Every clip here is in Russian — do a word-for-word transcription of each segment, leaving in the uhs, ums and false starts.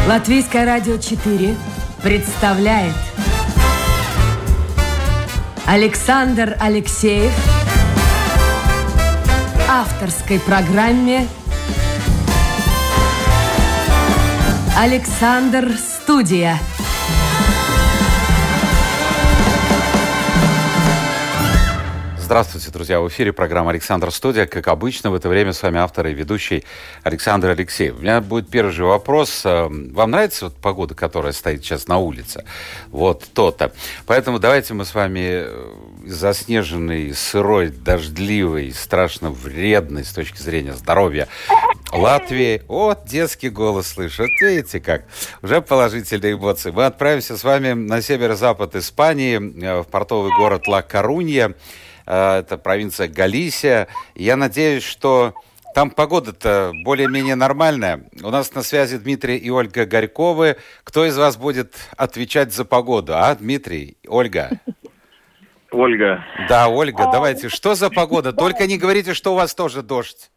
Латвийское радио четыре представляет Александр Алексеев в авторской программе «Александр Студия». Здравствуйте, друзья! В эфире программа «Александр Студия». Как обычно, в это время с вами автор и ведущий Александр Алексеев. У меня будет первый же вопрос. Вам нравится вот погода, которая стоит сейчас на улице? Вот то-то. Поэтому давайте мы с вами заснеженный, сырой, дождливый, страшно вредный с точки зрения здоровья Латвии. Вот детский голос слышу. Вот видите как. Уже положительные эмоции. Мы отправимся с вами на северо-запад Испании, в портовый город Ла-Корунья. Это провинция Галисия. Я надеюсь, что там погода-то более-менее нормальная. У нас на связи Дмитрий и Ольга Горьковы. Кто из вас будет отвечать за погоду? А, Дмитрий? Ольга? Ольга. Да, Ольга, давайте. Что за погода? Только не говорите, что у вас тоже дождь.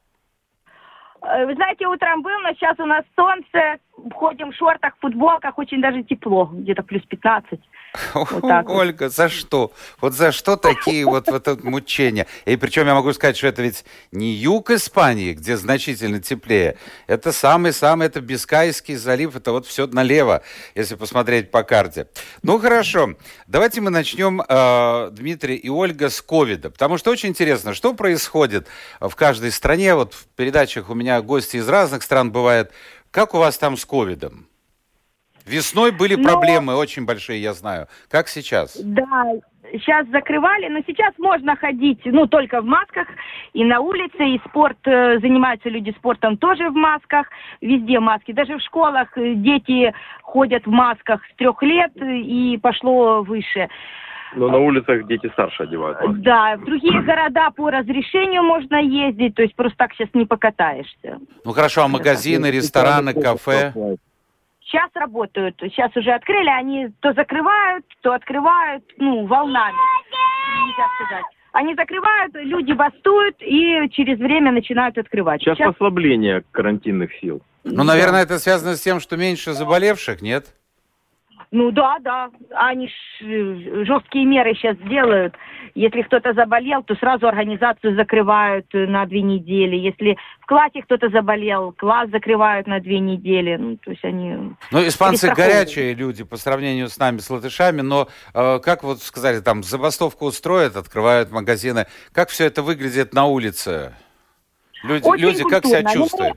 Вы знаете, утром был, но сейчас у нас солнце. Ходим в шортах, в футболках. Очень даже тепло. Где-то плюс пятнадцать. Вот так Ольга, вот. За что? Вот за что такие вот, вот это мучения? И причем я могу сказать, что это ведь не юг Испании, где значительно теплее. Это самый-самый, это Бискайский залив, это вот все налево, если посмотреть по карте. Ну, хорошо. Давайте мы начнем, э, Дмитрий и Ольга, с ковида. Потому что очень интересно, что происходит в каждой стране. Вот в передачах у меня гости из разных стран бывают. Как у вас там с ковидом? Весной были но... проблемы очень большие, я знаю. Как сейчас? Да, сейчас закрывали, но сейчас можно ходить, ну, только в масках и на улице, и спорт, э, занимаются люди спортом тоже в масках, везде маски. Даже в школах дети ходят в масках с трех лет и пошло выше. Но на улицах дети старше одевают маски. Да, в другие города по разрешению можно ездить, то есть просто так сейчас не покатаешься. Ну, хорошо, а магазины, рестораны, кафе? Сейчас работают, сейчас уже открыли, они то закрывают, то открывают, ну, волнами, нельзя сказать. Они закрывают, люди бастуют и через время начинают открывать. Сейчас, сейчас... послабление карантинных сил. Ну, наверное, это связано с тем, что меньше заболевших, нет? Ну да, да, они ж, жесткие меры сейчас делают. Если кто-то заболел, то сразу организацию закрывают на две недели. Если в классе кто-то заболел, класс закрывают на две недели. Ну, то есть они... Ну, испанцы горячие люди по сравнению с нами, с латышами, но, э, как вот сказали, там забастовку устроят, открывают магазины. Как все это выглядит на улице? Люди, люди как себя чувствуют?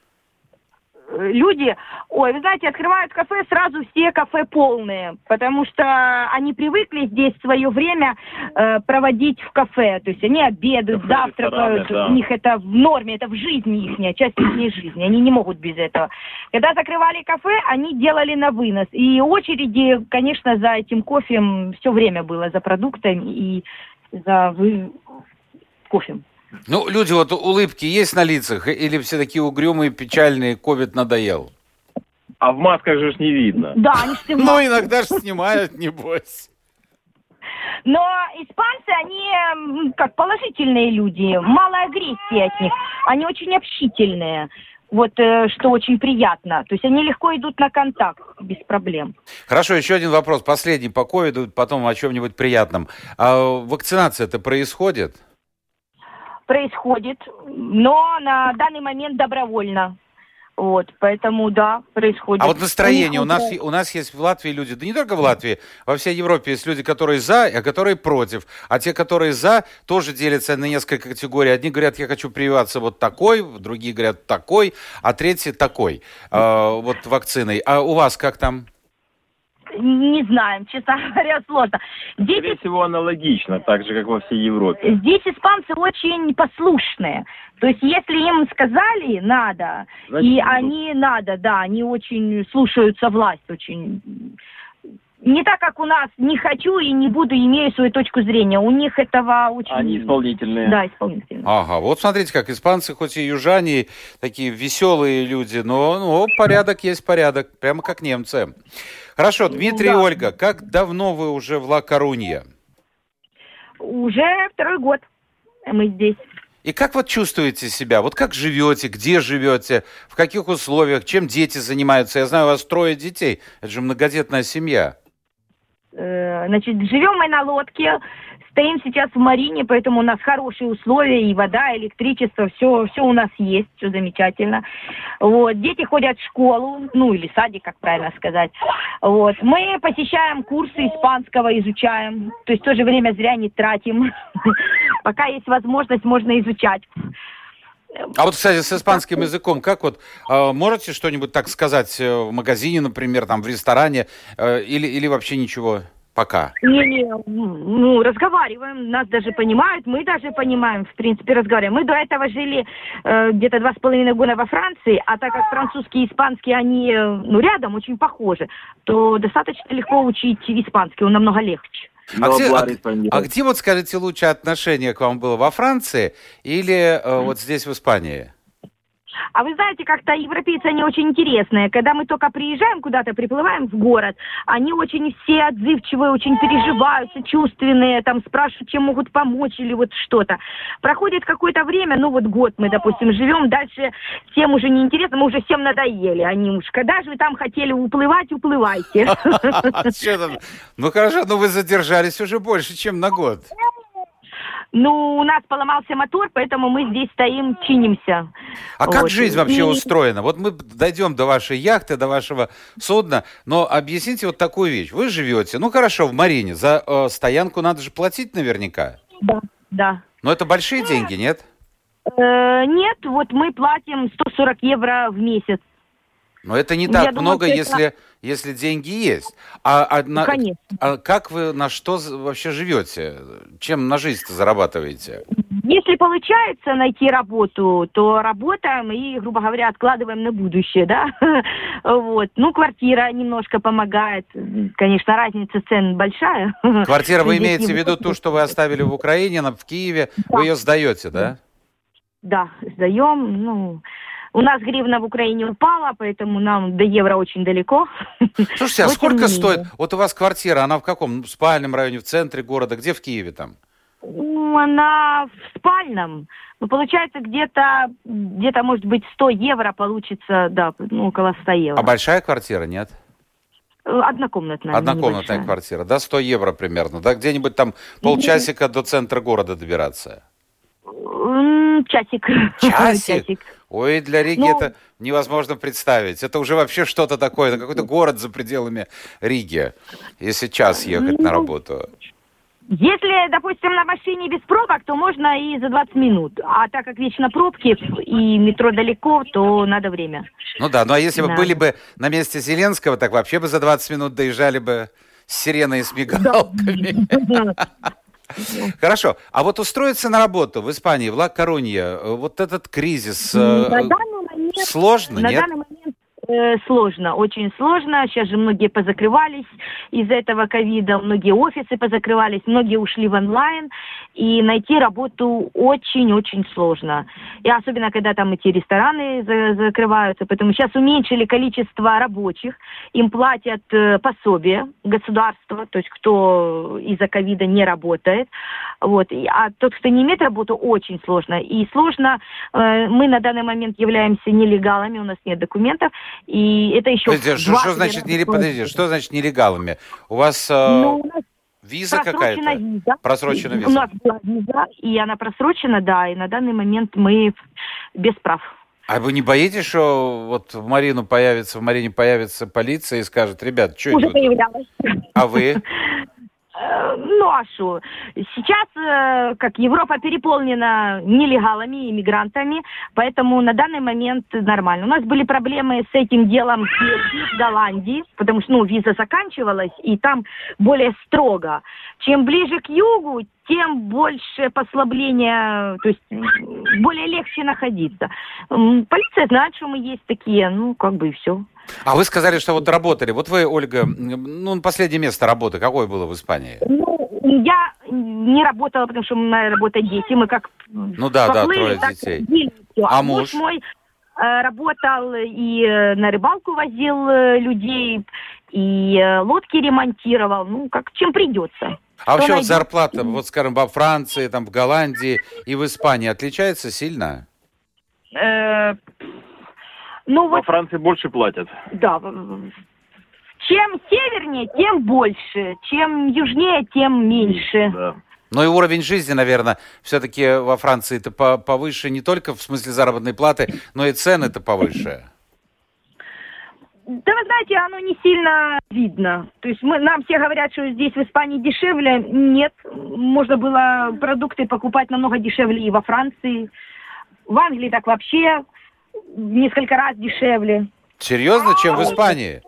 Люди, ой, вы знаете, открывают кафе, сразу все кафе полные, потому что они привыкли здесь свое время э, проводить в кафе, то есть они обедают, кафе, завтракают, да. У них это в норме, это в жизни их, часть их жизни, они не могут без этого. Когда закрывали кафе, они делали на вынос, и очереди, конечно, за этим кофе все время было, за продуктами и за вы... кофе. Ну, люди, вот улыбки есть на лицах, или все такие угрюмые, печальные, ковид надоел? А в масках же ж не видно. Да, они же Ну, иногда же снимают, небось. Но испанцы, они как положительные люди, мало агрессии от них, они очень общительные. Вот, что очень приятно. То есть они легко идут на контакт, без проблем. Хорошо, еще один вопрос, последний по ковиду, потом о чем-нибудь приятном. А вакцинация-то происходит? Происходит, но на данный момент добровольно. Вот, поэтому, да, происходит. А вот настроение, у нас, у нас есть в Латвии люди, да не только в Латвии, во всей Европе есть люди, которые за, а которые против. А те, которые за, тоже делятся на несколько категорий. Одни говорят, я хочу прививаться вот такой, другие говорят такой, а третьи такой, э, вот вакциной. А у вас как там? Не знаем, честно говоря, сложно. Здесь... Скорее всего, аналогично, так же, как во всей Европе. Здесь испанцы очень послушные. То есть, если им сказали «надо», значит, и они «надо», да, они очень слушаются власть, очень... Не так, как у нас «не хочу и не буду, имею свою точку зрения». У них этого очень... Они исполнительные. Да, исполнительные. Ага, вот смотрите, как испанцы, хоть и южане, такие веселые люди, но ну, порядок есть порядок, прямо как немцы. Хорошо, Дмитрий, да. И Ольга, как давно вы уже в Ла-Корунье? Уже второй год мы здесь. И как вот чувствуете себя? Вот как живете, где живете, в каких условиях, чем дети занимаются? Я знаю, у вас трое детей. Это же многодетная семья. Значит, живем мы на лодке, стоим сейчас в марине, поэтому у нас хорошие условия, и вода, и электричество, все, все у нас есть, все замечательно. Вот, дети ходят в школу, ну или садик, как правильно сказать. Вот, мы посещаем курсы испанского, изучаем, то есть в то же время зря не тратим. Пока есть возможность, можно изучать. А вот, кстати, с испанским языком, как вот, э, можете что-нибудь так сказать в магазине, например, там, в ресторане, э, или, или вообще ничего пока? Не-не, ну, разговариваем, нас даже понимают, мы даже понимаем, в принципе, разговариваем. Мы до этого жили э, где-то два с половиной года во Франции, а так как французский и испанский, они, ну, рядом, очень похожи, то достаточно легко учить испанский, он намного легче. А где, а, а где, вот скажите, лучше отношение к вам было, во Франции или э, вот здесь, в Испании? А вы знаете, как-то европейцы, они очень интересные. Когда мы только приезжаем куда-то, приплываем в город, они очень все отзывчивые, очень переживают, сочувственные, там спрашивают, чем могут помочь или вот что-то. Проходит какое-то время, ну вот год мы, допустим, живем, дальше всем уже неинтересно, мы уже всем надоели. Они уж, когда же вы там хотели уплывать, уплывайте. Ну хорошо, но вы задержались уже больше, чем на год. Ну, у нас поломался мотор, поэтому мы здесь стоим, чинимся. А вот. Как жизнь вообще И... устроена? Вот мы дойдем до вашей яхты, до вашего судна, но объясните вот такую вещь. Вы живете, ну хорошо, в марине, за э, стоянку надо же платить наверняка. Да, да. Но это большие деньги, нет? Э, нет, вот мы платим сто сорок евро в месяц. Но это не так Я много, думаю, если, это... если деньги есть. А, а, ну, на, конечно. А как вы, на что вообще живете? Чем на жизнь-то зарабатываете? Если получается найти работу, то работаем и, грубо говоря, откладываем на будущее, да. Вот. Ну, квартира немножко помогает. Конечно, разница цен большая. Квартира, вы имеете в виду ту, что вы оставили в Украине, в Киеве? Вы ее сдаете, да? Да, сдаем, ну... У нас гривна в Украине упала, поэтому нам до евро очень далеко. Слушайте, а сколько стоит? Вот у вас квартира, она в каком? В спальном районе, в центре города? Где в Киеве там? Ну, она в спальном. Ну, получается, где-то, где-то, может быть, сто евро получится, да, ну, около ста евро. А большая квартира, нет? Однокомнатная. Однокомнатная квартира, да, сто евро примерно, да? Где-нибудь там полчасика до центра города добираться? Часик. Часик? Часик. Ой, для Риги ну, это невозможно представить. Это уже вообще что-то такое, это какой-то город за пределами Риги, если час ехать ну, на работу. Если, допустим, на машине без пробок, то можно и за двадцать минут. А так как вечно пробки и метро далеко, то надо время. Ну да, ну а если да. бы были бы на месте Зеленского, так вообще бы за двадцать минут доезжали бы с сиреной и с мигалками. Хорошо. А вот устроиться на работу в Испании, в Ла-Корунья, вот этот кризис на данный момент, сложно, на нет? Данный момент, э, сложно, очень сложно. Сейчас же многие позакрывались из-за этого ковида, многие офисы позакрывались, многие ушли в онлайн. И найти работу очень-очень сложно. И особенно, когда там эти рестораны за- закрываются. Поэтому сейчас уменьшили количество рабочих. Им платят э, пособие государства, то есть кто из-за ковида не работает. Вот. И, а тот, кто не имеет работу, очень сложно. И сложно, э, мы на данный момент являемся нелегалами, у нас нет документов. И это еще... Подожди, что, что значит, не, подожди, что значит нелегалами? У вас... Э... Ну, у нас виза какая-то? Виза. Просрочена виза. У нас была виза, и она просрочена, да, и на данный момент мы без прав. А вы не боитесь, что вот в Марину появится, в Марине появится полиция и скажет, ребят, что это? Уже появлялась. А вы? Ну, а что? Сейчас, как Европа переполнена нелегалами, иммигрантами, поэтому на данный момент нормально. У нас были проблемы с этим делом в Бельгии, в Голландии, потому что, ну, виза заканчивалась, и там более строго. Чем ближе к югу, тем больше послабления, то есть более легче находиться. Полиция знает, что мы есть такие, ну, как бы и все. А вы сказали, что вот работали. Вот вы, Ольга, ну, последнее место работы какое было в Испании? Ну, я не работала, потому что у меня работают дети. Мы как ну да, поплыли, да, трое детей. Ходили, а, а муж? муж мой э, работал и на рыбалку возил людей, и э, лодки ремонтировал, ну, как чем придется. А вообще вот найдет? зарплата, вот скажем, во Франции, там, в Голландии и в Испании отличается сильно? Э, ну, Во вот, Франции больше платят. да, в- чем севернее, тем больше, чем южнее, тем меньше. Да. Но и уровень жизни, наверное, все-таки во Франции-то по- повыше не только в смысле заработной платы, но и цены-то повыше. Да, вы знаете, оно не сильно видно. То есть мы, нам все говорят, что здесь в Испании дешевле. Нет, можно было продукты покупать намного дешевле и во Франции. В Англии так вообще в несколько раз дешевле. Серьезно, чем в Испании?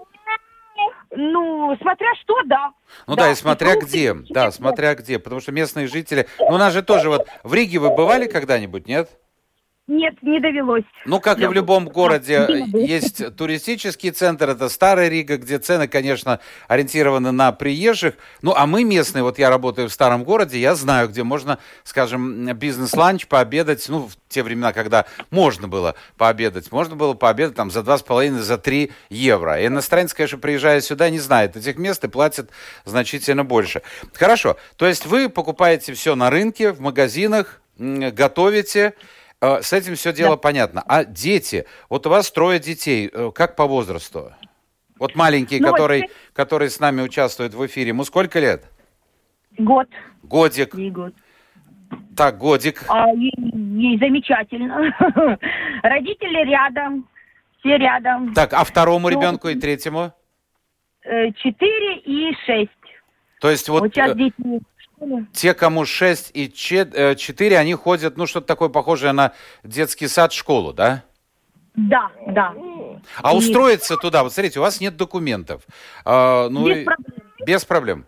Ну, смотря что, да. Ну да, и смотря фрукты, где, и да, так смотря где, потому что местные жители, ну у нас же тоже вот, в Риге вы бывали когда-нибудь, нет? Нет, не довелось. Ну, как и в любом городе, есть туристический центр, это Старая Рига, где цены, конечно, ориентированы на приезжих. Ну, а мы местные, вот я работаю в старом городе, я знаю, где можно, скажем, бизнес-ланч пообедать, ну, в те времена, когда можно было пообедать, можно было пообедать там за два с половиной, за три евро. И иностранец, конечно, приезжая сюда, не знает этих мест и платит значительно больше. Хорошо, то есть вы покупаете все на рынке, в магазинах, м, готовите. Э, С этим все дело Да. понятно. А дети? Вот у вас трое детей. Э, Как по возрасту? Вот маленький, Ну, вот который, шесть- который с нами участвует в эфире, ему сколько лет? Год. Годик. Ей год. Так, годик. А ей, ей замечательно. Родители рядом, все рядом. Так, а второму Ну, ребенку и третьему? Э, Четыре и шесть. То есть вот, Вот сейчас э, дети в школе. те, кому шесть и четыре, они ходят, ну, что-то такое похожее на детский сад, школу, да? Да, да. А И- устроиться туда, вот смотрите, у вас нет документов. А, ну, Без и- проблем. без проблем.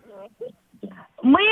Мы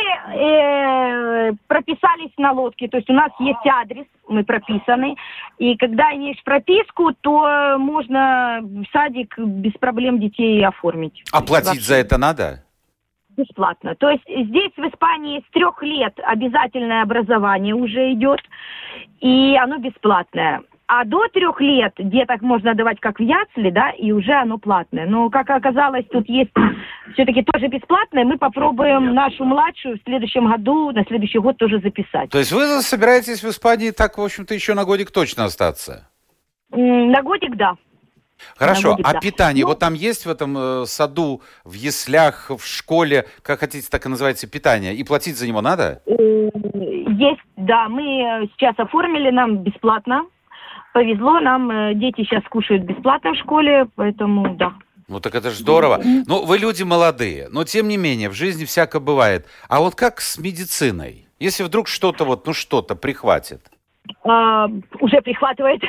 э, прописались на лодке, то есть у нас есть адрес, мы прописаны. И когда имеешь прописку, то можно в садик без проблем детей оформить. А платить Вообще за это надо? бесплатно. То есть здесь в Испании с трех лет обязательное образование уже идет, и оно бесплатное. А до трех лет деток можно давать как в ясли, да, и уже оно платное. Но, как оказалось, тут есть все-таки тоже бесплатное. Мы попробуем нашу младшую в следующем году, на следующий год тоже записать. То есть вы собираетесь в Испании так, в общем-то, еще на годик точно остаться? М, На годик, да. Хорошо, годик, а да. питание, Ну- вот там есть в этом э, саду, в яслях, в школе, как хотите, так и называется, питание, и платить за него надо? Э, Есть, да, мы э, сейчас оформили, нам бесплатно. Повезло, нам э, дети сейчас кушают бесплатно в школе, поэтому да. Ну так это же здорово. Ну, вы люди молодые, но тем не менее, в жизни всяко бывает. А вот как с медициной? Если вдруг что-то вот, ну что-то прихватит? А, уже прихватывает.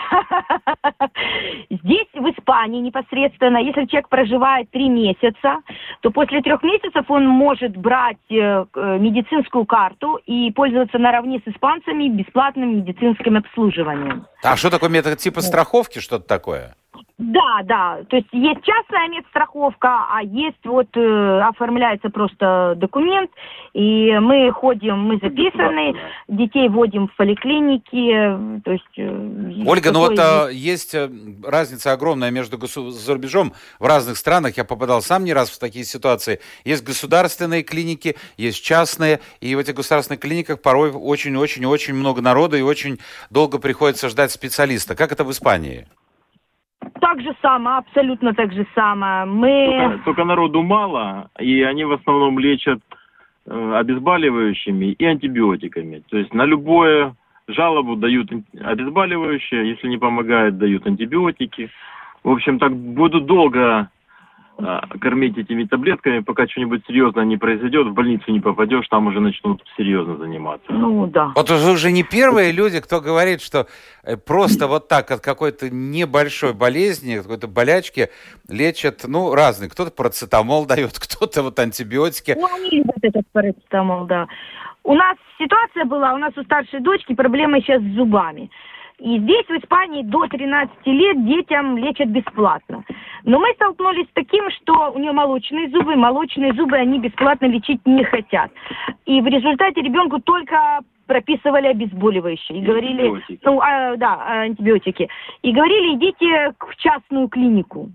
Здесь, в Испании непосредственно, если человек проживает три месяца, то после трех месяцев он может брать э, э, медицинскую карту и пользоваться наравне с испанцами бесплатным медицинским обслуживанием. А что такое метод типа страховки, что-то такое? Да, да, то есть есть частная медстраховка, а есть вот э, оформляется просто документ, и мы ходим, мы записаны, детей вводим в поликлиники, э, то есть... э, Ольга, ну такое вот а, есть. есть э, разница огромная между госу- за рубежом. В разных странах, я попадал сам не раз в такие ситуации, есть государственные клиники, есть частные, и в этих государственных клиниках порой очень-очень-очень много народу, и очень долго приходится ждать специалиста. Как это в Испании? Так же самое, абсолютно так же самое. Мы... Только, только народу мало, и они в основном лечат э, обезболивающими и антибиотиками. То есть на любую жалобу дают обезболивающее, если не помогает, дают антибиотики. В общем, так будут долго э, кормить этими таблетками, пока что-нибудь серьезное не произойдет, в больницу не попадешь, там уже начнут серьезно заниматься. Ну, да. Вот вы уже не первые люди, кто говорит, что э, просто вот так от какой-то небольшой болезни, от какой-то болячки лечат, ну, разные. Кто-то парацетамол дает, кто-то вот антибиотики. Ну, они любят этот парацетамол, да. У нас ситуация была, у нас у старшей дочки проблемы сейчас с зубами. И здесь, в Испании, до тринадцати лет детям лечат бесплатно. Но мы столкнулись с таким, что у нее молочные зубы, молочные зубы они бесплатно лечить не хотят. И в результате ребенку только прописывали обезболивающие. И говорили, Антибиотики. ну, а, да, антибиотики. И говорили, идите в частную клинику.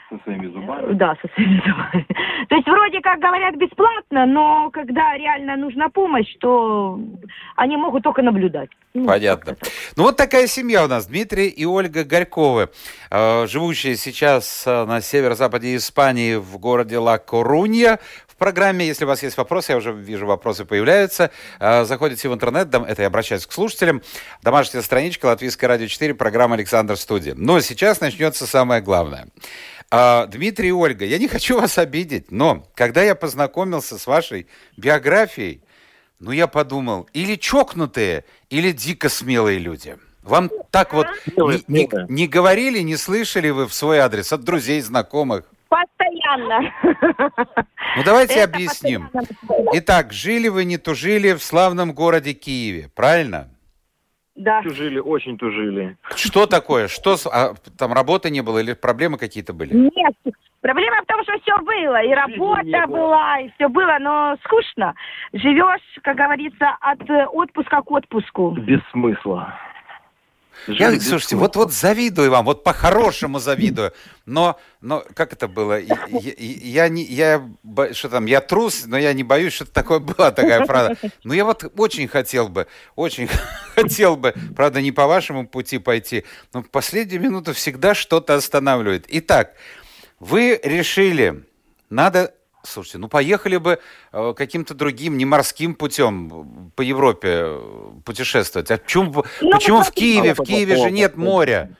Со своими зубами? Да, со своими зубами. То есть вроде как говорят бесплатно, но когда реально нужна помощь, то они могут только наблюдать. Ну, понятно. Ну вот такая семья у нас. Дмитрий и Ольга Горьковы, э, живущие сейчас на северо-западе Испании в городе Ла-Корунья. В программе, если у вас есть вопросы, я уже вижу, вопросы появляются, э, заходите в интернет, это я обращаюсь к слушателям, домашняя страничка Латвийское радио четыре, программа «Александр Студия». Но сейчас начнется самое главное. Э, Дмитрий и Ольга, я не хочу вас обидеть, но когда я познакомился с вашей биографией, ну, я подумал, или чокнутые, или дико смелые люди. Вам так вот не, не, не говорили, не слышали вы в свой адрес от друзей, знакомых? Постоянно. Ну, давайте Это объясним. Постоянно. Итак, жили вы, не тужили в славном городе Киеве, правильно? Да. Тужили, очень тужили. Что такое? Что, а, там работы не было или проблемы какие-то были? Нет. Проблема в том, что все было, и работа была, и все было, но скучно. Живешь, как говорится, от отпуска к отпуску. Без смысла. Я, слушайте, вот, вот завидую вам, вот по-хорошему завидую, но, но как это было? Я, я, я, не, я, что там, я трус, но я не боюсь, что такое была такая фраза. Но я вот очень хотел бы, очень хотел бы, правда, не по вашему пути пойти, но в последнюю минуту всегда что-то останавливает. Итак, вы решили, надо... Слушайте, ну поехали бы э, каким-то другим, не морским путем по Европе путешествовать. А почему, ну, почему в Киеве? В Киеве же нет моря.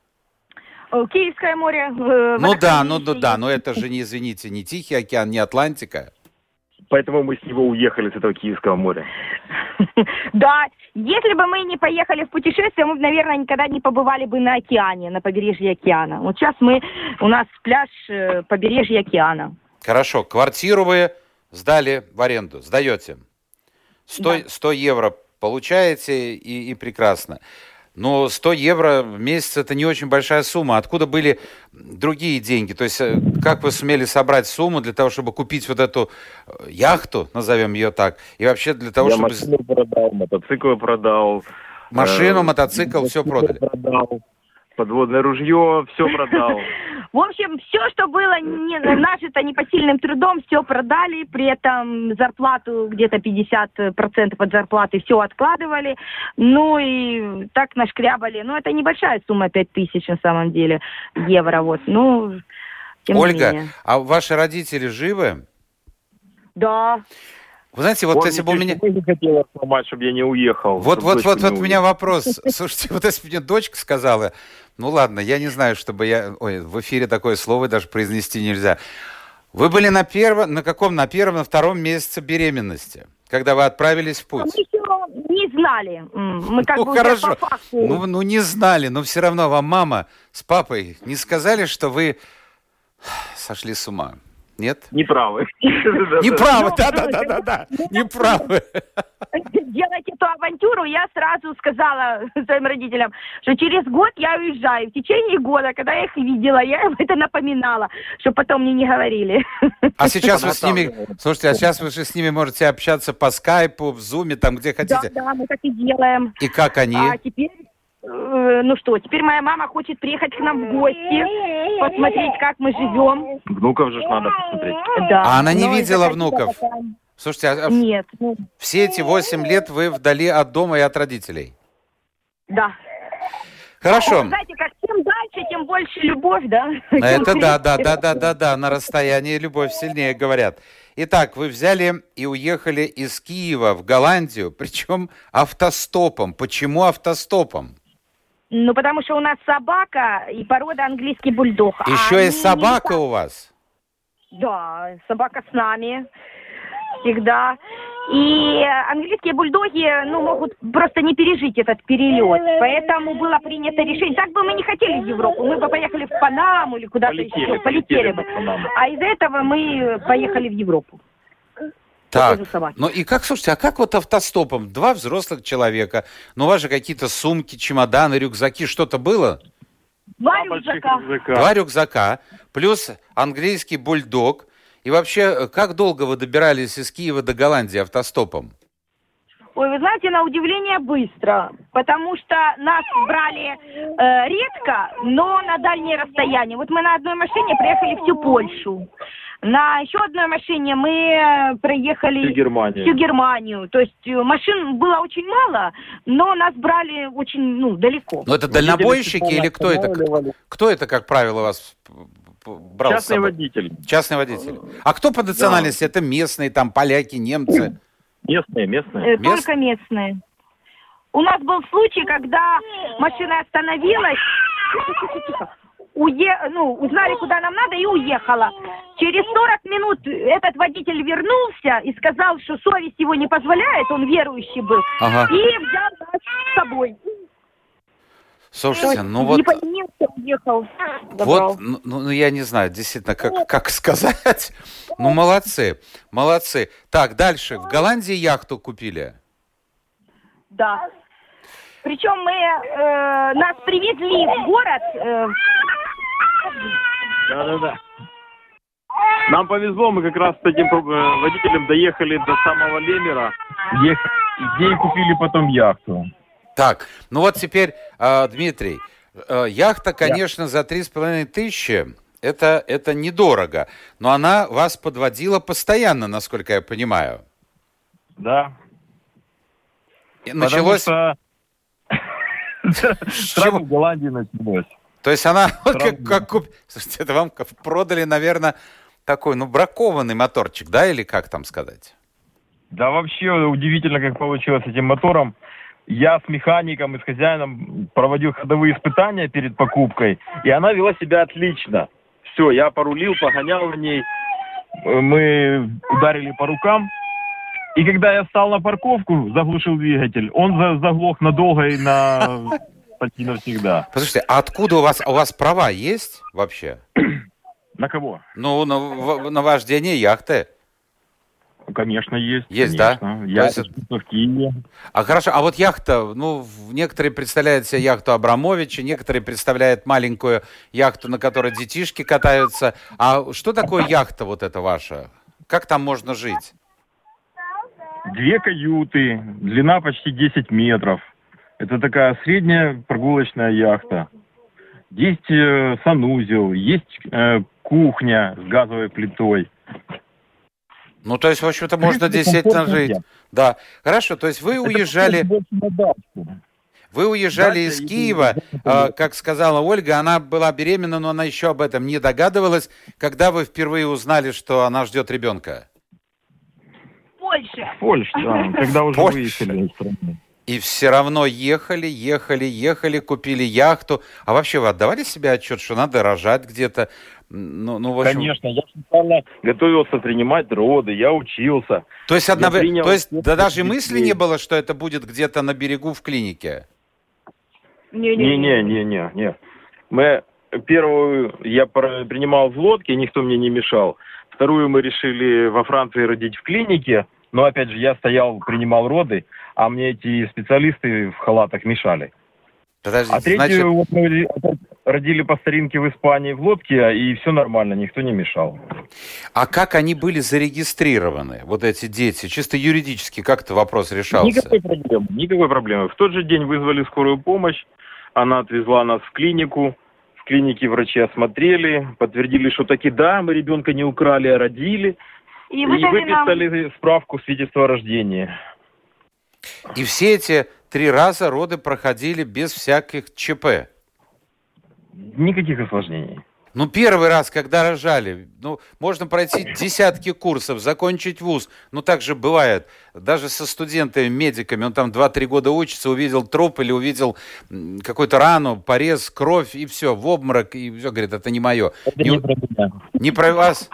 Киевское море. Э, ну да, ну, ну да, но это же, не извините, не Тихий океан, не Атлантика. Поэтому мы с него уехали, с этого Киевского моря. Да, если бы мы не поехали в путешествие, мы бы, наверное, никогда не побывали бы на океане, на побережье океана. Вот сейчас мы, у нас пляж э, побережья океана. Хорошо, квартиру вы сдали в аренду, сдаете. сто, да. сто евро получаете, и, и прекрасно. Но сто евро в месяц – это не очень большая сумма. Откуда были другие деньги? То есть как вы сумели собрать сумму для того, чтобы купить вот эту яхту, назовем ее так, и вообще для того, Я чтобы... Я машину продал, мотоцикл продал. Машину, э- мотоцикл, все продали. Продал. Подводное ружье, все продал. В общем, все, что было не, нажито непосильным трудом, все продали. При этом зарплату, где-то пятьдесят процентов от зарплаты, все откладывали. Ну и так нашкрябали. Ну, это небольшая сумма, пять тысяч на самом деле, евро. Вот. Ну, тем Ольга, не менее. А ваши родители живы? Да. Вы знаете, вот Он если бы у меня... не хотела сломать, чтобы я не уехал. Вот, вот, вот, вот у меня вопрос. Слушайте, вот если бы мне дочка сказала, ну ладно, я не знаю, чтобы я... Ой, в эфире такое слово даже произнести нельзя. Вы были на первом, на каком? На первом, на втором месяце беременности, когда вы отправились в путь. Мы еще не знали. Мы как ну, бы хорошо. По факту... Ну, ну, не знали, но все равно вам мама с папой не сказали, что вы сошли с ума. Нет? Неправы. Неправы, да-да-да-да-да, неправы. Делать эту авантюру я сразу сказала своим родителям, что через год я уезжаю. В течение года, когда я их видела, я им это напоминала, чтобы потом мне не говорили. А сейчас вы с ними, слушайте, а сейчас вы же с ними можете общаться по скайпу, в зуме, там где хотите. Да, да, мы так и делаем. И как они? А теперь... Ну что, теперь моя мама хочет приехать к нам в гости, посмотреть, как мы живем. Внуков же надо посмотреть. Да. А она не видела внуков? Слушайте, а Нет. все эти восемь лет вы вдали от дома и от родителей? Да. Хорошо. Вы знаете, как чем дальше, тем больше любовь, да? Это да, да, да, да, да, да, на расстоянии любовь сильнее, говорят. Итак, вы взяли и уехали из Киева в Голландию, причем автостопом. Почему автостопом? Ну, потому что у нас собака и порода английский бульдог. Еще а есть собака у вас? Да, собака с нами всегда. И английские бульдоги, ну, могут просто не пережить этот перелет. Поэтому было принято решение. Так бы мы не хотели в Европу. Мы бы поехали в Панаму или куда-то полетели, еще. Полетели, полетели бы. А из-за этого мы поехали в Европу. Так, ну и как, слушайте, а как вот автостопом? Два взрослых человека, ну у вас же какие-то сумки, чемоданы, рюкзаки, что-то было? Два рюкзака. Два рюкзака, плюс английский бульдог. И вообще, как долго вы добирались из Киева до Голландии автостопом? Ой, вы знаете, на удивление быстро, потому что нас брали э, редко, но на дальние расстояния. Вот мы на одной машине проехали всю Польшу. На еще одной машине мы проехали всю Германию. всю Германию. То есть машин было очень мало, но нас брали очень, ну, далеко. Но это дальнобойщики или кто это? Кто это, как правило, вас брал с собой? Частный водитель. Частный водитель. А кто по национальности? Да. Это местные, там, поляки, немцы? Местные, местные. Только Мест... местные. У нас был случай, когда машина остановилась, уе... ну, узнали, куда нам надо, и уехала. Через сорок минут этот водитель вернулся и сказал, что совесть его не позволяет, он верующий был, ага. и взял нас с собой. Слушайте, ну вот... Не поленился, уехал. Вот, ну, ну, я не знаю, действительно, как, как сказать. Ну, молодцы, молодцы. Так, дальше. В Голландии яхту купили? Да. Причем мы, э, нас привезли в город. Э... Да-да-да. Нам повезло, мы как раз с этим водителем доехали до самого Лемера, где, где и купили потом яхту. Так, ну вот теперь, э, Дмитрий, э, яхта, конечно, yeah. за три с половиной тысячи, это, это недорого, но она вас подводила постоянно, насколько я понимаю. Да. И началось... Сразу в Голландии началось. То есть она, как, как куп... Слушайте, это вам продали, наверное, такой, ну, бракованный моторчик, да, или как там сказать? Да вообще удивительно, как получилось с этим мотором. Я с механиком и с хозяином проводил ходовые испытания перед покупкой, и она вела себя отлично. Все, я порулил, погонял на ней, мы ударили по рукам. И когда я встал на парковку, заглушил двигатель, он заглох надолго и на почти навсегда. Послушайте, а откуда у вас, у вас права есть вообще? На кого? Ну, на, на вождение яхты. Конечно, есть. Есть, конечно. да? Я есть... в Киеве. А хорошо, а вот яхта, ну, некоторые представляют себе яхту Абрамовича, некоторые представляют маленькую яхту, на которой детишки катаются. А что такое яхта вот эта ваша? Как там можно жить? Две каюты, длина почти десять метров. Это такая средняя прогулочная яхта. Есть э, санузел, есть э, кухня с газовой плитой. Ну, то есть, в общем-то, можно действительно жить. Да. Хорошо, то есть вы уезжали... Вы уезжали из Киева, э, как сказала Ольга, она была беременна, но она еще об этом не догадывалась. Когда вы впервые узнали, что она ждет ребенка? Польша. Польша, да, когда уже Польша. Выехали из страны. И все равно ехали, ехали, ехали, купили яхту. А вообще вы отдавали себе отчет, что надо рожать где-то? Ну, ну, в общем... Конечно, я специально готовился принимать роды, я учился. То есть, одно... принял... То есть да даже мысли не было, что это будет где-то на берегу в клинике? Не-не-не-не. Мы первую я принимал в лодке, никто мне не мешал. Вторую мы решили во Франции родить в клинике. Но, опять же, я стоял, принимал роды, а мне эти специалисты в халатах мешали. Подождите, а третью значит... вот мы родили по старинке в Испании в лодке, и все нормально, никто не мешал. А как они были зарегистрированы, вот эти дети? Чисто юридически, как этот вопрос решался? Никакой проблемы, никакой проблемы. В тот же день вызвали скорую помощь, она отвезла нас в клинику. В клинике врачи осмотрели, подтвердили, что таки да, мы ребенка не украли, а родили. И, и выписали нам... справку свидетельства о рождении. И все эти три раза роды проходили без всяких ЧП? Никаких осложнений. Ну, первый раз, когда рожали, ну, можно пройти десятки курсов, закончить вуз. Ну, так же бывает. Даже со студентами, медиками, он там два-три года учится, увидел труп или увидел какую-то рану, порез, кровь, и все, в обморок, и все, говорит, это не мое. Это не, не про меня. Не про вас?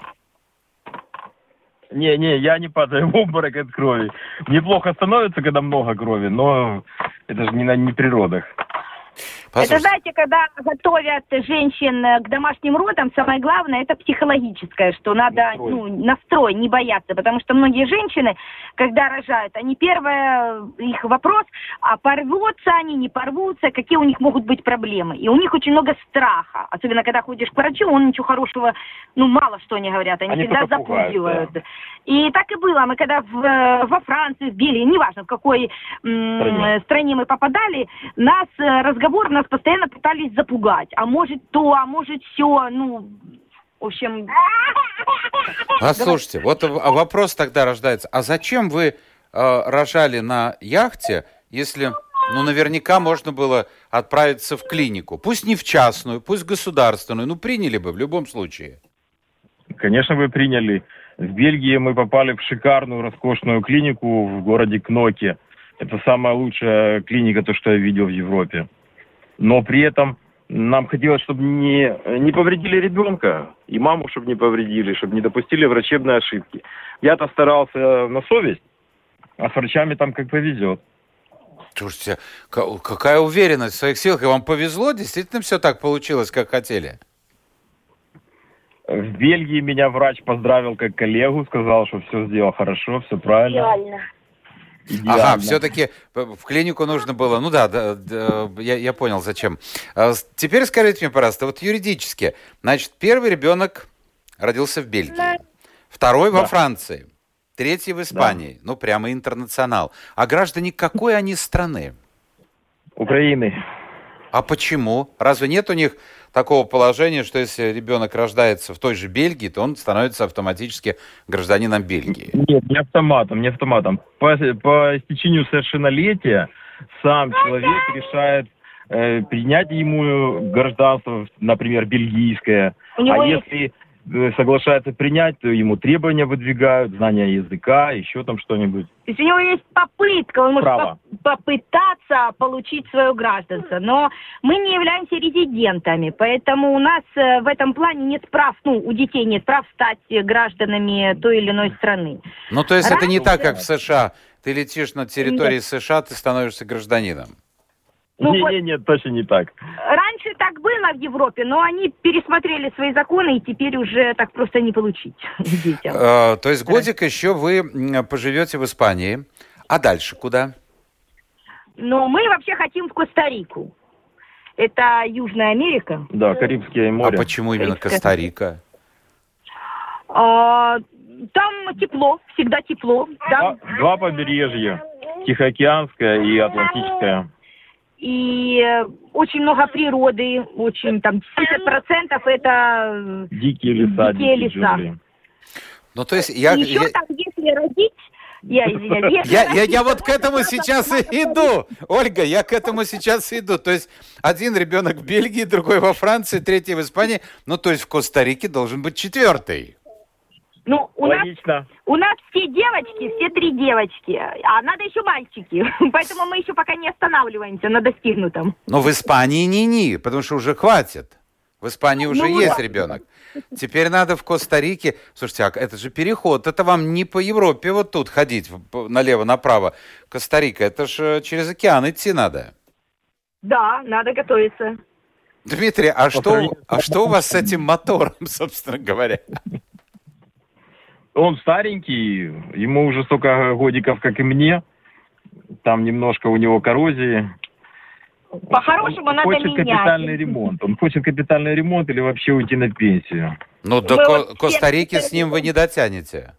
Не-не, я не падаю в обморок от крови. Мне плохо становится, когда много крови, но это же не на не при родах. Это, знаете, когда готовят женщин к домашним родам, самое главное, это психологическое, что надо настрой. Ну, настрой, не бояться. Потому что многие женщины, когда рожают, они первое, их вопрос, а порвутся они, не порвутся, какие у них могут быть проблемы. И у них очень много страха. Особенно, когда ходишь к врачу, он ничего хорошего, ну, мало что они говорят, они, они всегда запугивают. Да. И так и было. Мы когда в, во Франции, в Бельгии, неважно, в какой м- стране. стране мы попадали, нас разговор, нас постоянно пытались запугать. А может то, а может все, ну, в общем... А слушайте, вот вопрос тогда рождается. А зачем вы э, рожали на яхте, если, ну, наверняка можно было отправиться в клинику? Пусть не в частную, пусть государственную, ну, приняли бы в любом случае. Конечно, вы приняли. В Бельгии мы попали в шикарную, роскошную клинику в городе Кноке. Это самая лучшая клиника, то, что я видел в Европе. Но при этом нам хотелось, чтобы не, не повредили ребенка, и маму, чтобы не повредили, чтобы не допустили врачебной ошибки. Я-то старался на совесть, а с врачами там как повезет. Слушайте, какая уверенность в своих силах. И вам повезло? Действительно все так получилось, как хотели? В Бельгии меня врач поздравил как коллегу, сказал, что все сделал хорошо, все правильно. Идеально. Идеально. Ага, все-таки в клинику нужно было. Ну да, да, да я, я понял, зачем. Теперь скажите мне, пожалуйста, вот юридически. Значит, первый ребенок родился в Бельгии, второй да. во Франции, третий в Испании. Да. Ну, прямо интернационал. А граждане какой они страны? Украины. А почему? Разве нет у них такого положения, что если ребенок рождается в той же Бельгии, то он становится автоматически гражданином Бельгии? Нет, не автоматом, не автоматом. По, по истечению совершеннолетия сам человек решает э, принять ему гражданство, например, бельгийское. А есть... если соглашается принять, то ему требования выдвигают, знания языка, еще там что-нибудь. То есть у него есть попытка, он может по- попытаться получить свое гражданство, но мы не являемся резидентами, поэтому у нас в этом плане нет прав, ну, у детей нет прав стать гражданами той или иной страны. Ну, то есть Раньше... это не так, как в США. Ты летишь на территории нет. США, ты становишься гражданином. Ну, нет, вот, нет, нет, точно не так. Раньше так было в Европе, но они пересмотрели свои законы, и теперь уже так просто не получить детям. А, то есть годик да. еще вы поживете в Испании. А дальше куда? Ну, мы вообще хотим в Коста-Рику. Это Южная Америка. Да, Карибское море. А почему именно Карибское... Коста-Рика? А, там тепло, всегда тепло. Там... Два, два побережья. Тихоокеанское и Атлантическое. И очень много природы, очень там семьдесят процентов это дикие леса. Дикие леса. Ну, то есть я... Еще я... там, если родить... Я, извиняюсь, я, я, я вот к этому сейчас и иду. Ольга, я к этому сейчас и иду. То есть один ребенок в Бельгии, другой во Франции, третий в Испании. Ну, то есть в Коста-Рике должен быть четвертый. Ну, у нас, у нас все девочки, все три девочки, а надо еще мальчики, поэтому мы еще пока не останавливаемся на достигнутом. Но в Испании не-не, потому что уже хватит. В Испании уже ну, есть да. ребенок. Теперь надо в Коста-Рике. Слушайте, а это же переход, это вам не по Европе вот тут ходить налево-направо. Коста-Рика, это же через океан идти надо. Да, надо готовиться. Дмитрий, а что, а что у вас с этим мотором, собственно говоря? Он старенький, ему уже столько годиков, как и мне. Там немножко у него коррозии. По-хорошему он надо хочет менять. капитальный ремонт. Он хочет капитальный ремонт или вообще уйти на пенсию. Ну, до Ко- Коста-Рики с ним вы не дотянете.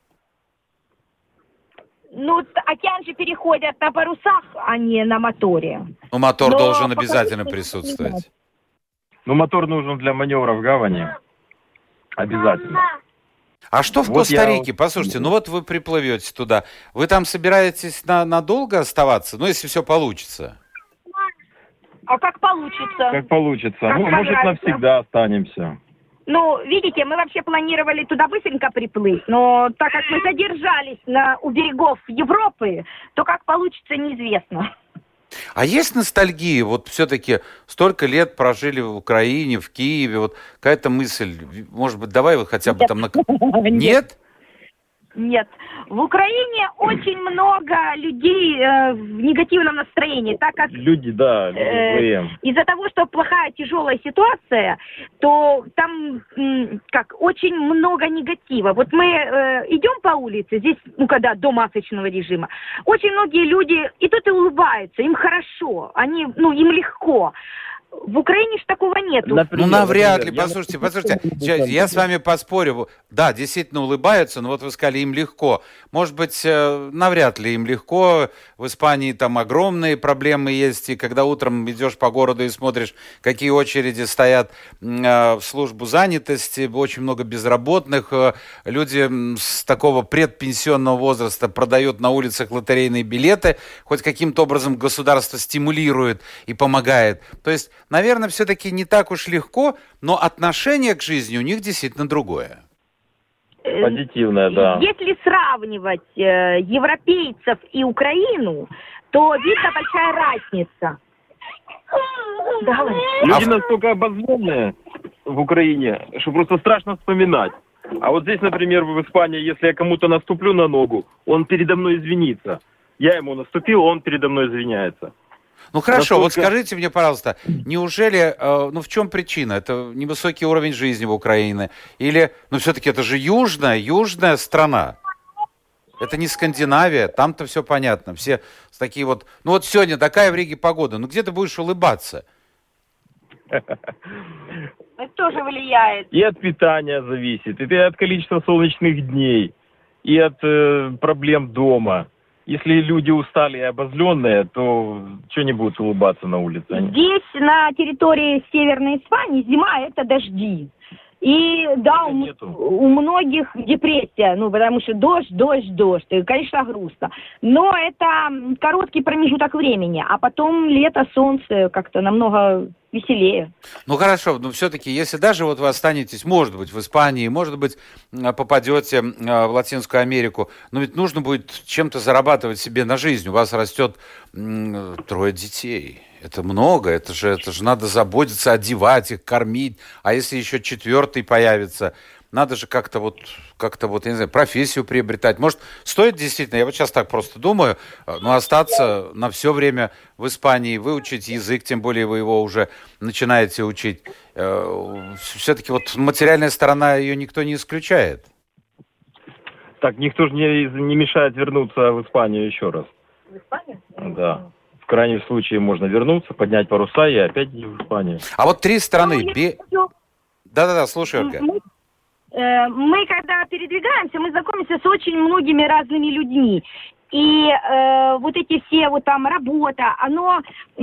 Ну, океан же переходят на парусах, а не на моторе. Ну, мотор Но должен обязательно присутствовать. Ну, мотор нужен для маневра в гавани. Обязательно. А что в вот Коста-Рике? Я... Послушайте, ну вот вы приплывете туда. Вы там собираетесь на- надолго оставаться? Ну, если все получится. А как получится? Как получится. Как ну, может, навсегда останемся. Ну, видите, мы вообще планировали туда быстренько приплыть, но так как мы задержались на, у берегов Европы, то как получится, неизвестно. А есть ностальгия? Вот все-таки столько лет прожили в Украине, в Киеве. Вот какая-то мысль, может быть, давай вот хотя бы там... На... Нет? Нет. В Украине очень много людей э, в негативном настроении, так как люди, да, люди э, из-за того, что плохая, тяжелая ситуация, то там м, как очень много негатива. Вот мы э, идем по улице, здесь, ну, когда до масочного режима, очень многие люди идут и улыбаются, им хорошо, они, ну, им легко. В Украине же такого нету. Например, ну, навряд например, ли. Послушайте, я... послушайте, сейчас, я с вами поспорю. Да, действительно улыбаются, но вот вы сказали, им легко. Может быть, навряд ли им легко. В Испании там огромные проблемы есть, и когда утром идешь по городу и смотришь, какие очереди стоят в службу занятости, очень много безработных, люди с такого предпенсионного возраста продают на улицах лотерейные билеты, хоть каким-то образом государство стимулирует и помогает. То есть, наверное, все-таки не так уж легко, но отношение к жизни у них действительно другое. Позитивное, да. Если сравнивать э, европейцев и Украину, то видно большая разница. Давай. Люди настолько обозленные в Украине, что просто страшно вспоминать. А вот здесь, например, в Испании, если я кому-то наступлю на ногу, он передо мной извинится. Я ему наступил, он передо мной извиняется. Ну хорошо, Насколько... вот скажите мне, пожалуйста, неужели, э, ну в чем причина? Это невысокий уровень жизни в Украине? Или, ну все-таки это же южная, южная страна. Это не Скандинавия, там-то все понятно. Все такие вот, ну вот сегодня такая в Риге погода, ну где ты будешь улыбаться? Это тоже влияет. И от питания зависит, и от количества солнечных дней, и от э, проблем дома. Если люди устали и обозленные, то что не будут улыбаться на улице? Они? Здесь, на территории Северной Испании, зима – это дожди. И да, у, у многих депрессия, ну, потому что дождь, дождь, дождь, и, конечно, грустно. Но это короткий промежуток времени, а потом лето, солнце как-то намного веселее. Ну, хорошо, но все-таки, если даже вот вы останетесь, может быть, в Испании, может быть, попадете в Латинскую Америку, но ведь нужно будет чем-то зарабатывать себе на жизнь. У вас растет м- трое детей. Это много, это же, это же надо заботиться, одевать их, кормить. А если еще четвертый появится, надо же как-то вот, как-то вот, я не знаю, профессию приобретать. Может, стоит действительно, я вот сейчас так просто думаю, ну, остаться на все время в Испании, выучить язык, тем более вы его уже начинаете учить. Все-таки вот материальная сторона, ее никто не исключает. Так, никто же не, не мешает вернуться в Испанию еще раз. В Испанию? Да. В крайнем случае можно вернуться, поднять паруса и опять в Испанию. А вот три страны... Ну, Бе... Да-да-да, слушай, Ольга. Мы, э, мы, когда передвигаемся, мы знакомимся с очень многими разными людьми. И э, вот эти все, вот там, работа, оно,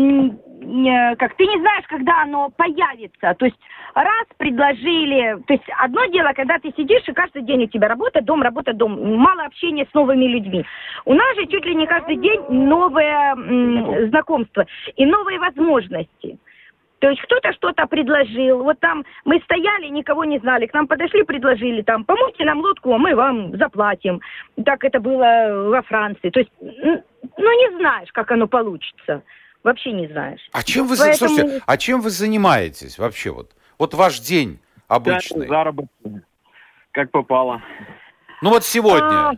э, как ты не знаешь, когда оно появится. То есть раз предложили, то есть одно дело, когда ты сидишь, и каждый день у тебя работа, дом, работа, дом, мало общения с новыми людьми. У нас же чуть ли не каждый день новые э, знакомства и новые возможности. То есть кто-то что-то предложил. Вот там мы стояли, никого не знали. К нам подошли, предложили там, помойте нам лодку, а мы вам заплатим. Так это было во Франции. То есть, ну, не знаешь, как оно получится. Вообще не знаешь. А чем вы, Поэтому... слушайте, а чем вы занимаетесь вообще? Вот, вот ваш день обычный. Да, заработок. Как попало. Ну вот сегодня. А...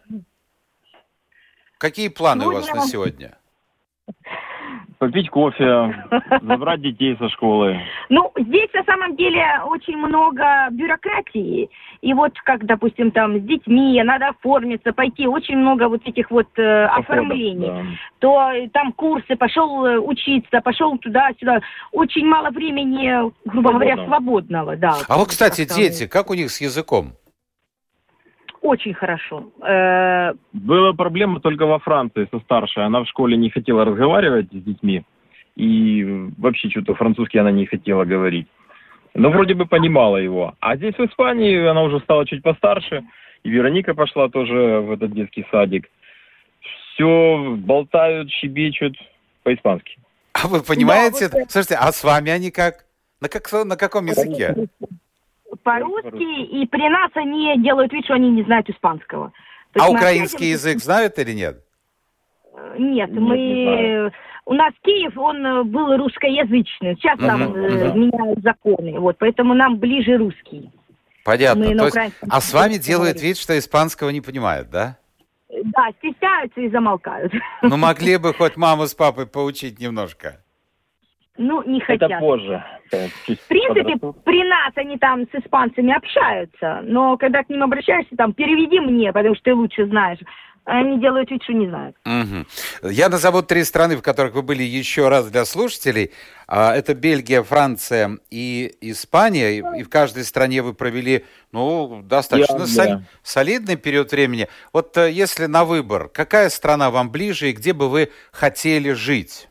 Какие планы сегодня... у вас на сегодня? Попить кофе, забрать детей со школы. Ну, здесь на самом деле очень много бюрократии. И вот как, допустим, там с детьми надо оформиться, пойти, очень много вот этих вот э, оформлений. Да. То там курсы, пошел учиться, пошел туда-сюда. Очень мало времени, грубо Свободно. говоря, свободного. Да. А вот, кстати, дети, как у них с языком? Очень хорошо. Была проблема только во Франции со старшей. Она в школе не хотела разговаривать с детьми. И вообще что-то французский она не хотела говорить. Но вроде бы понимала его. А здесь в Испании она уже стала чуть постарше. И Вероника пошла тоже в этот детский садик. Все болтают, щебечут по-испански. А вы понимаете? Да, вот... Слушайте, а с вами они как? На, как... на каком языке? По-русски, и при нас они делают вид, что они не знают испанского. То а украинский общаемся... язык знают или нет? Нет, нет мы... Не у нас Киев, он был русскоязычный. Сейчас uh-huh, там uh-huh. меняют законы, вот, поэтому нам ближе русский. Понятно. Мы То есть, а с вами делают вид, что испанского не понимают, да? Да, стесняются и замолкают. Ну, могли бы хоть маму с папой поучить немножко. Ну, не хотят. Это позже. В принципе, при нас они там с испанцами общаются, но когда к ним обращаешься, там, переведи мне, потому что ты лучше знаешь. Они делают вид, что не знают. Угу. Я назову три страны, в которых вы были еще раз для слушателей. Это Бельгия, Франция и Испания. И в каждой стране вы провели, ну, достаточно соль, солидный период времени. Вот если на выбор, какая страна вам ближе и где бы вы хотели жить?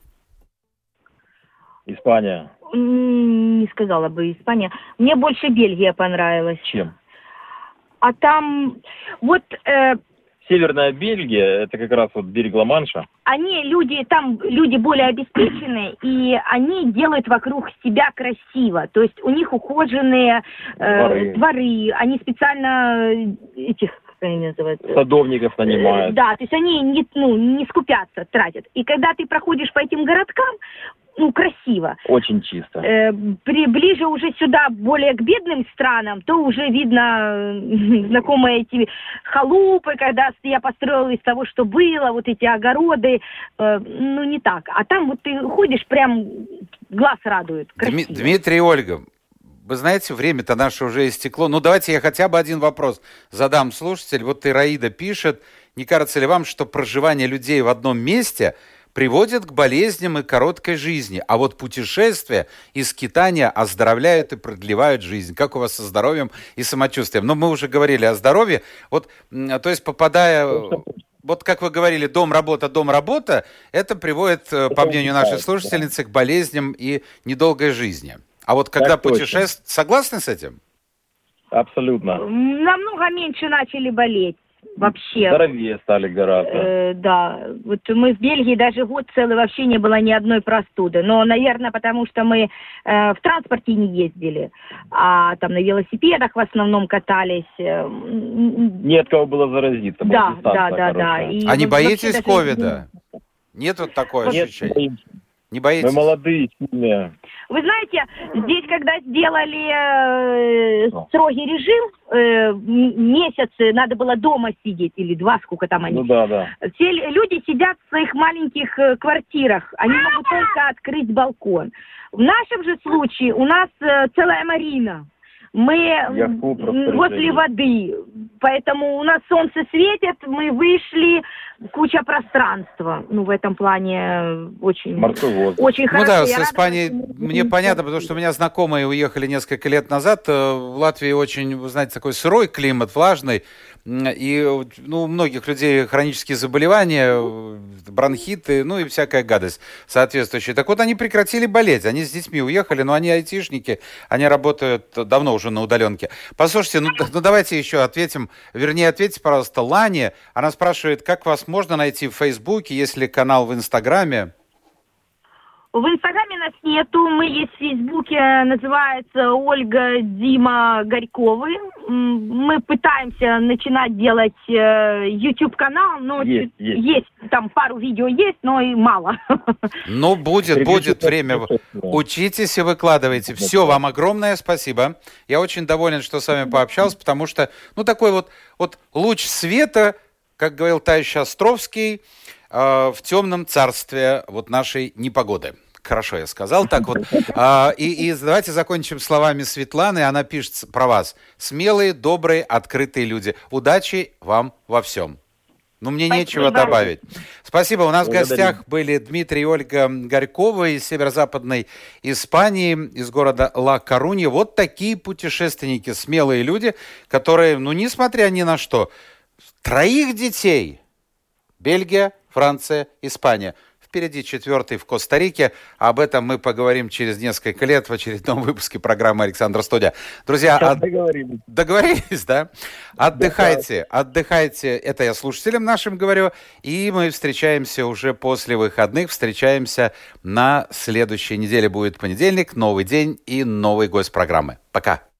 Испания. Не сказала бы Испания. Мне больше Бельгия понравилась. Чем? А там вот... Э, Северная Бельгия, это как раз вот берег Ла-Манша. Они, люди, там люди более обеспеченные, и они делают вокруг себя красиво. То есть у них ухоженные э, дворы. дворы, они специально этих, как они называются? Садовников нанимают. Э, да, то есть они не, ну, не скупятся, тратят. И когда ты проходишь по этим городкам, ну, красиво. Очень чисто. Э, при, ближе уже сюда, более к бедным странам, то уже видно э, знакомые эти халупы, когда я построила из того, что было, вот эти огороды, э, ну, не так. А там вот ты ходишь, прям глаз радует. Красиво. Дмитрий и Ольга, вы знаете, время-то наше уже истекло. Ну, давайте я хотя бы один вопрос задам слушатель. Вот Ираида пишет, не кажется ли вам, что проживание людей в одном месте приводит к болезням и короткой жизни, а вот путешествия и скитания оздоровляют и продлевают жизнь. Как у вас со здоровьем и самочувствием? Ну, мы уже говорили о здоровье. Вот, то есть, попадая... Вот как вы говорили, дом-работа, дом-работа, это приводит, по мнению нашей слушательницы, к болезням и недолгой жизни. А вот когда путешествуют... Согласны с этим? Абсолютно. Намного меньше начали болеть. Вообще. Здоровее стали гораздо. Э, да. Вот мы в Бельгии даже год целый вообще не было ни одной простуды. Но, наверное, потому что мы э, в транспорте не ездили, а там на велосипедах в основном катались. Нет кого было заразиться. Да, да, да, да. И а не боитесь ковида? Даже... Нет вот такое Нет, ощущение? Не боитесь? Мы молодые, сильные. Вы знаете, здесь, когда сделали э, строгий режим, э, месяцы надо было дома сидеть, или два, сколько там они. Ну да, да. Все люди сидят в своих маленьких э, квартирах, они могут только открыть балкон. В нашем же случае у нас э, целая марина. Мы возле воды, поэтому у нас солнце светит, мы вышли, куча пространства. Ну, в этом плане очень, очень хорошо. Ну да, Я с рада, Испанией что... мне понятно, потому что у меня знакомые уехали несколько лет назад. В Латвии очень, вы знаете, такой сырой климат, влажный. И ну, у многих людей хронические заболевания, бронхиты, ну и всякая гадость соответствующая. Так вот, они прекратили болеть, они с детьми уехали, но они айтишники, они работают давно уже на удаленке. Послушайте, ну, ну давайте еще ответим, вернее, ответьте, пожалуйста, Лане. Она спрашивает, как вас можно найти в Фейсбуке, есть ли канал в Инстаграме? В Инстаграме нас нету, мы есть в Фейсбуке, называется Ольга Дима Горьковы. Мы пытаемся начинать делать YouTube-канал, но есть, есть. есть, там пару видео есть, но и мало. Ну, будет, будет время. Учитесь и выкладывайте. Все, вам огромное спасибо. Я очень доволен, что с вами пообщался, потому что, ну, такой вот, вот луч света, как говорил товарищ Островский, в темном царстве вот нашей непогоды. Хорошо, я сказал так вот. А, и, и давайте закончим словами Светланы. Она пишет про вас. Смелые, добрые, открытые люди. Удачи вам во всем. Ну, мне Спасибо. Нечего добавить. Спасибо. У нас Благодарю. В гостях были Дмитрий и Ольга Горьковы из северо-западной Испании, из города Ла-Корунья. Вот такие путешественники, смелые люди, которые, ну, несмотря ни на что, троих детей. Бельгия, Франция, Испания. Впереди четвертый в Коста-Рике. Об этом мы поговорим через несколько лет в очередном выпуске программы «Александр Студия». Друзья, от... договорились. Договорились, да? Отдыхайте, отдыхайте. Это я слушателям нашим говорю. И мы встречаемся уже после выходных. Встречаемся на следующей неделе. Будет понедельник, новый день и новый гость программы. Пока.